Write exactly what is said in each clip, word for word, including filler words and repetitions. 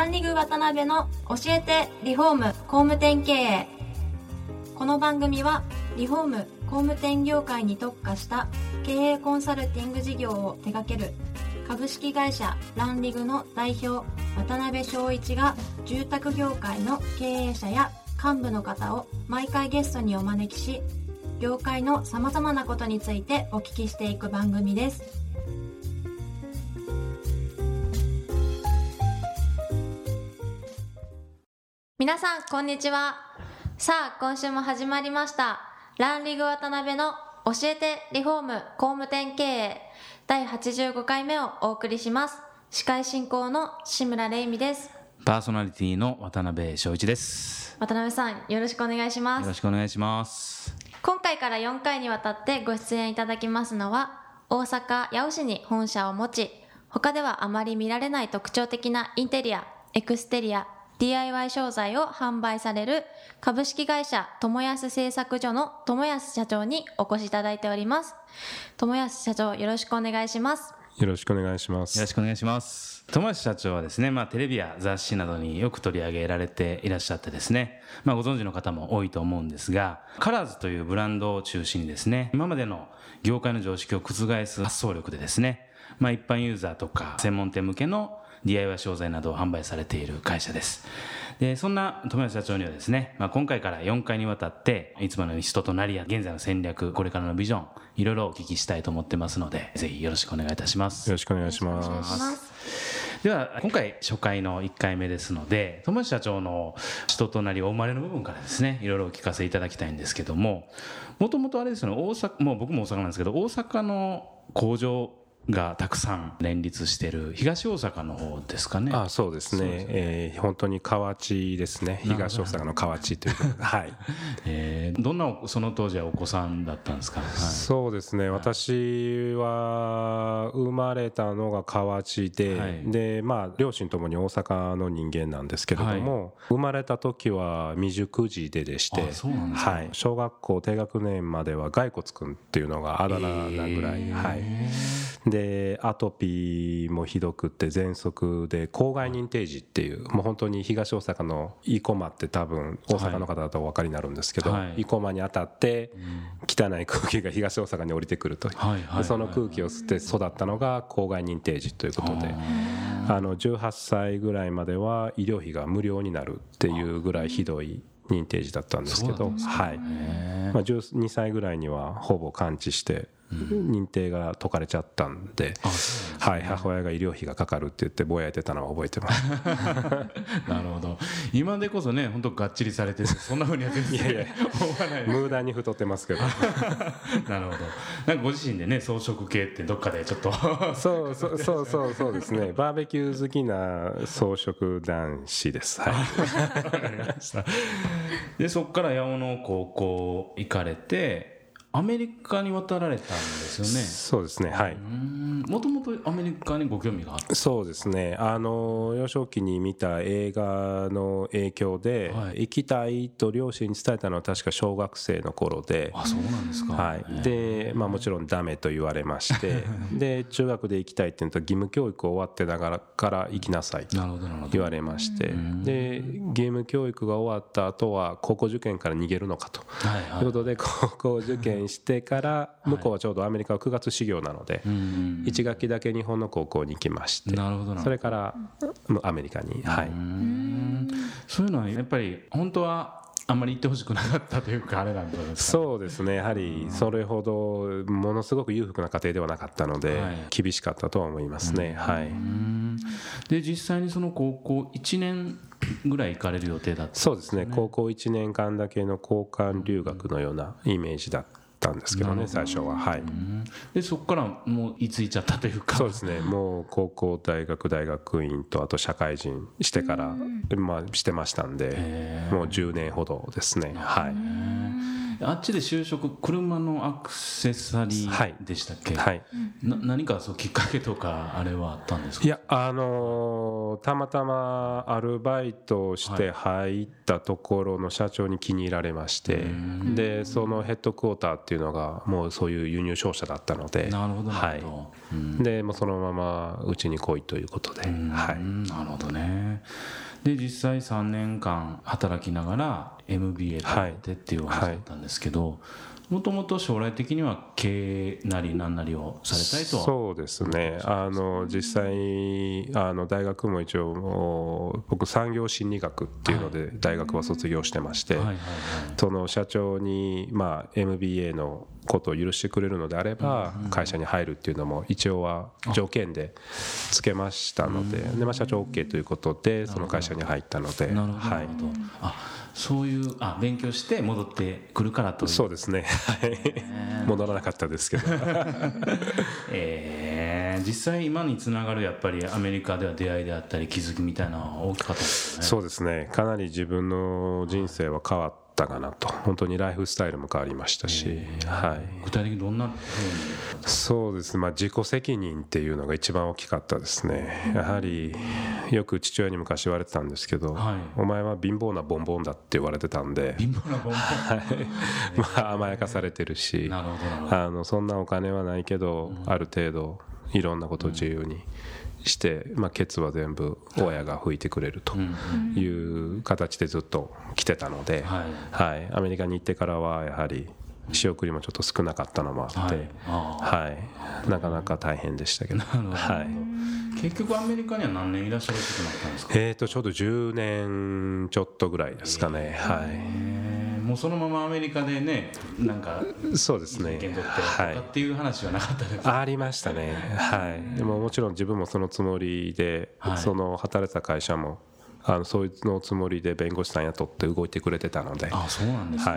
ランリグ渡辺の教えてリフォーム工務店経営。この番組はリフォーム工務店業界に特化した経営コンサルティング事業を手掛ける株式会社ランリグの代表渡辺翔一が、住宅業界の経営者や幹部の方を毎回ゲストにお招きし、業界のさまざまなことについてお聞きしていく番組です。皆さんこんにちは。さあ今週も始まりましたランリグ渡辺の教えてリフォーム工務店経営だいはちじゅうごかいめをお送りします。司会進行の志村玲美です。 パーソナリティの渡辺翔一です。 渡辺さんよろしくお願いします。 よろしくお願いします。 今回からよんかいにわたってご出演いただきますのは、大阪八尾市に本社を持ち、他ではあまり見られない特徴的なインテリア、エクステリア、ディーアイワイ 商材を販売される株式会社友安製作所の友安社長にお越しいただいております。友安社長よろしくお願いします。 よろしくお願いします。 よろしくお願いします。友安社長はですね、まあ、テレビや雑誌などによく取り上げられていらっしゃってですね、まあ、ご存知の方も多いと思うんですが、カラーズというブランドを中心にですね、今までの業界の常識を覆す発想力でですね、まあ、一般ユーザーとか専門店向けの ディーアイワイ 商材などを販売されている会社です。でそんな友安社長にはですね、まあ、今回からよんかいにわたっていつものように人となりや現在の戦略、これからのビジョン、いろいろお聞きしたいと思ってますので、ぜひよろしくお願いいたします。 よろしくお願いします。 では今回初回のいっかいめですので、友安社長の人となりお生まれの部分からですね、いろいろお聞かせいただきたいんですけども、もともとあれですよね、大阪、もう僕も大阪なんですけど、大阪の工場がたくさん連立している東大阪の方ですかね。 ああそうですね、そうですね、えー、本当に河内ですね。東大阪の河内ということで、はい、 えー、どんなその当時はお子さんだったんですか。はい、 そうですね、私は生まれたのが河内で、はい、でまあ両親ともに大阪の人間なんですけれども、はい、生まれた時は未熟児ででして、 そうなんですか。 はい、小学校低学年までは骸骨くんっていうのがあだ名なぐらい、えーはいでアトピーもひどくって喘息で公害認定児っていう、もう本当に東大阪の生駒って多分大阪の方だとお分かりになるんですけど、はい、生駒に当たって汚い空気が東大阪に降りてくると、はいはい、その空気を吸って育ったのが公害認定児ということで、あのじゅうはっさいぐらいまでは医療費が無料になるっていうぐらいひどい認定児だったんですけど、はい、まあ、じゅうにさいぐらいにはほぼ完治して認定が解かれちゃったんで、はい、母親が医療費がかかるって言ってぼやいてたのは覚えてますなるほど。今でこそね、本当がっちりされてそんな風には全然いやいや思わない無駄に太ってますけどなるほど。なんかご自身でね、装飾系ってどっかでちょっとそうそうそうそうそうですね、バーベキュー好きな装飾男子です。はい、わかりました。 でそこから八尾の高校行かれてアメリカに渡られたんですよね。 そうですね、はい。 もともとアメリカにご興味があった。 そうですね、あの幼少期に見た映画の影響で、はい、行きたいと両親に伝えたのは確か小学生の頃で。 あ、そうなんですか。 はい、で、まあ、もちろんダメと言われましてで中学で行きたいって言うと義務教育終わってながらから行きなさいと言われまして、で義務教育が終わった後は高校受験から逃げるのかということで、高校受験してから向こうはちょうどアメリカはくがつ始業なのでいち学期だけ日本の高校に行きまして、それからアメリカに、はい、 そういうのはやっぱり本当はあんまり言ってほしくなかったというか、あれなんですかね。 そうですね、やはりそれほどものすごく裕福な家庭ではなかったので、はい、厳しかったとは思いますね。はい、 で実際にその高校いちねんぐらい行かれる予定だったんですね。 そうですね、高校いちねんかんだけの交換留学のようなイメージだったんですけどね、最初は。はい、 でそこからもう居ついちゃったというか。 そうですね、もう高校大学大学院とあと社会人してから、まあ、してましたんで、もうじゅうねんほどですね。はい、 あっちで就職車のアクセサリーでしたっけ、 はい、 な何かそうきっかけとかあれはあったんですか？ いやあのー、たまたまアルバイトをして入ったところの社長に気に入られまして、はい、でそのヘッドクォーターっていうのがもうそういう輸入商社だったので、 なるほどなるほど、 はい、でもうそのままうちに来いということで、はい、 なるほどね。で実際さんねんかん働きながら エムビーエー 取ってっていう話だったんですけど、もともと将来的には経営なり何なりをされたいとは。 そうですね、あの実際あの大学も一応僕産業心理学っていうので大学は卒業してまして、その社長にまあ エムビーエー のことを許してくれるのであれば会社に入るっていうのも一応は条件でつけましたので、でまあ社長 OK ということでその会社に入ったので、 なるほど、はい、あそういうあ勉強して戻ってくるからという。 そうですね、はい、戻らなかったですけどえー、実際今につながるやっぱりアメリカでは出会いであったり気づきみたいなのは大きかったですね。 そうですね、かなり自分の人生は変わったかなと、本当にライフスタイルも変わりましたし、はい、 具体的にどんなふうに？ そうですね、まあ、自己責任っていうのが一番大きかったですね。やはりよく父親に昔言われてたんですけど、はい、お前は貧乏なボンボンだって言われてたんで、 貧乏なボンボン、はい、 まあ甘やかされてるし、 なるほどなるほど、 あのそんなお金はないけど、うん、ある程度いろんなことを自由にして、まあ、ケツは全部親が拭いてくれるという形でずっと来てたので、はいはい、アメリカに行ってからはやはり仕送りもちょっと少なかったのもあって、はいはい、なかなか大変でしたけど、はい、 結局アメリカには何年いらっしゃることになったんですか？ えーとちょうどじゅうねんちょっとぐらいですかね、はい、 もうそのままアメリカでね、なんかそうですね、 経験取ってとかっていう話はなかったですか？ はい、ありましたね、はい、でももちろん自分もそのつもりで、はい、その働いてた会社もあのそういうのつもりで弁護士さん雇って動いてくれてたので。 あ、そうなんですか、はい、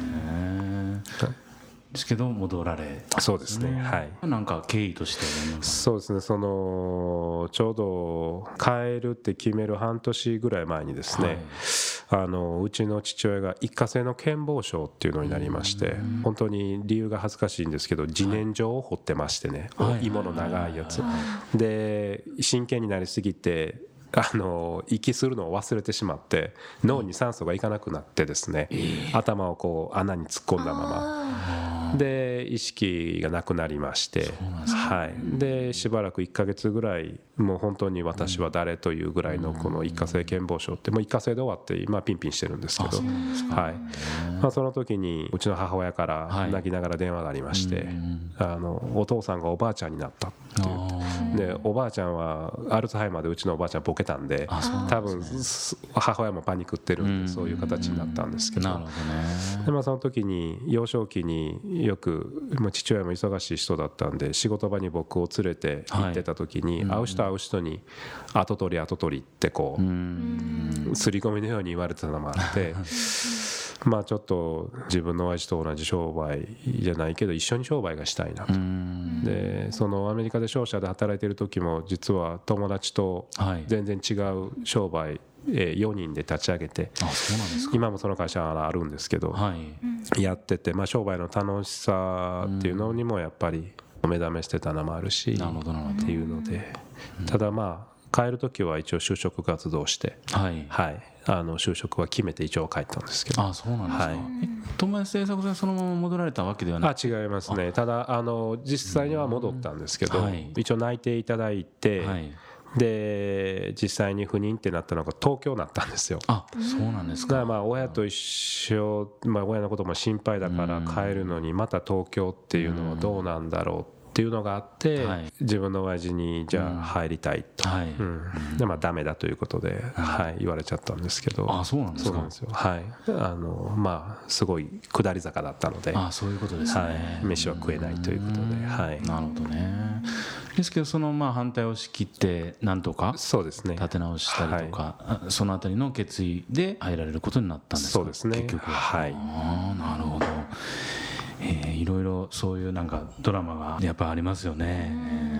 ですけど戻られたんですね。 そうですね、はい、 なんか経緯としては、 そうですね、そのちょうど帰るって決める半年ぐらい前にですね、はい、あのうちの父親が一過性の健忘症っていうのになりまして、本当に理由が恥ずかしいんですけど自然薯を掘ってましてね、はい、芋の長いやつで真剣になりすぎてあの息するのを忘れてしまって脳に酸素がいかなくなってですね、頭をこう穴に突っ込んだままで意識がなくなりまして、はい、でしばらくいっかげつぐらいもう本当に私は誰というぐらいのこの一過性健忘症ってもう一過性で終わって今ピンピンしてるんですけど、はい、まあその時にうちの母親から泣きながら電話がありまして、あのお父さんがおばあちゃんになったっていうで、おばあちゃんはアルツハイマーでうちのおばあちゃんボケたんで、多分母親もパニックってるんでそういう形になったんですけど、なるほどね。でまあその時に幼少期によく父親も忙しい人だったんで仕事場に僕を連れて行ってた時に、会う人会う人に後取り後取りってこう刷り込みのように言われてたのもあってまあちょっと自分の親父と同じ商売じゃないけど一緒に商売がしたいなと。でそのアメリカで商社で働いてる時も実は友達と全然違う商売よにんで立ち上げて、今もその会社はあるんですけどやってて、まあ商売の楽しさっていうのにもやっぱり目覚めしてたのもあるしっていうので、ただまあ帰る時は一応就職活動して、はいはい、あの就職は決めて一応帰ったんですけど。 あ、そうなんですか、はい、友達製作所にそのまま戻られたわけではない？ あ、違いますね。ただあの実際には戻ったんですけど、はい、一応内定いただいて、はい、で実際に赴任ってなったのが東京だったんですよ。 あ、そうなんですか。 だからまあ親と一緒、まあ、親のことも心配だから帰るのにまた東京っていうのはどうなんだろうっていうのがあって、はい、自分の親父にじゃあ入りたいと、はい、うん、でまあダメだということで、はい、言われちゃったんですけど。 あ、そうなんですか。 そうなんですよ、はい、あのまあすごい下り坂だったので、 あ、そういうことですね、はい、 飯は食えないということで、はい、 なるほどね。ですけどそのまあ反対を押し切ってなんとか立て直したりとか、はい、そのあたりの決意で入られることになったんですか？ そうですね、 結局は。 はい、 あ、なるほど。えー、いろいろそういうなんかドラマがやっぱありますよね。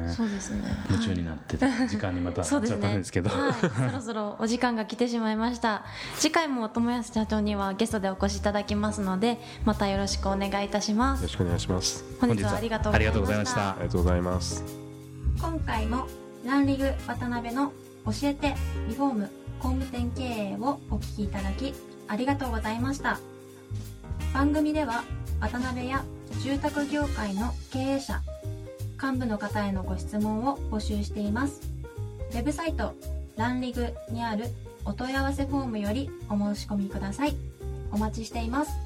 ね。 そうですね。 夢中になってた時間にまたそうなっちゃったんですけど、 はい、そろそろお時間が来てしまいました。次回も友安社長にはゲストでお越しいただきますので、またよろしくお願いいたします。 よろしくお願いします。 本日はありがとうございました。 ありがとうございました。 ありがとうございます。 今回もランリグ渡辺の教えてリフォーム工務店経営をお聞きいただきありがとうございました。番組では渡辺や住宅業界の経営者、幹部の方へのご質問を募集しています。ウェブサイトランリグにあるお問い合わせフォームよりお申し込みください。お待ちしています。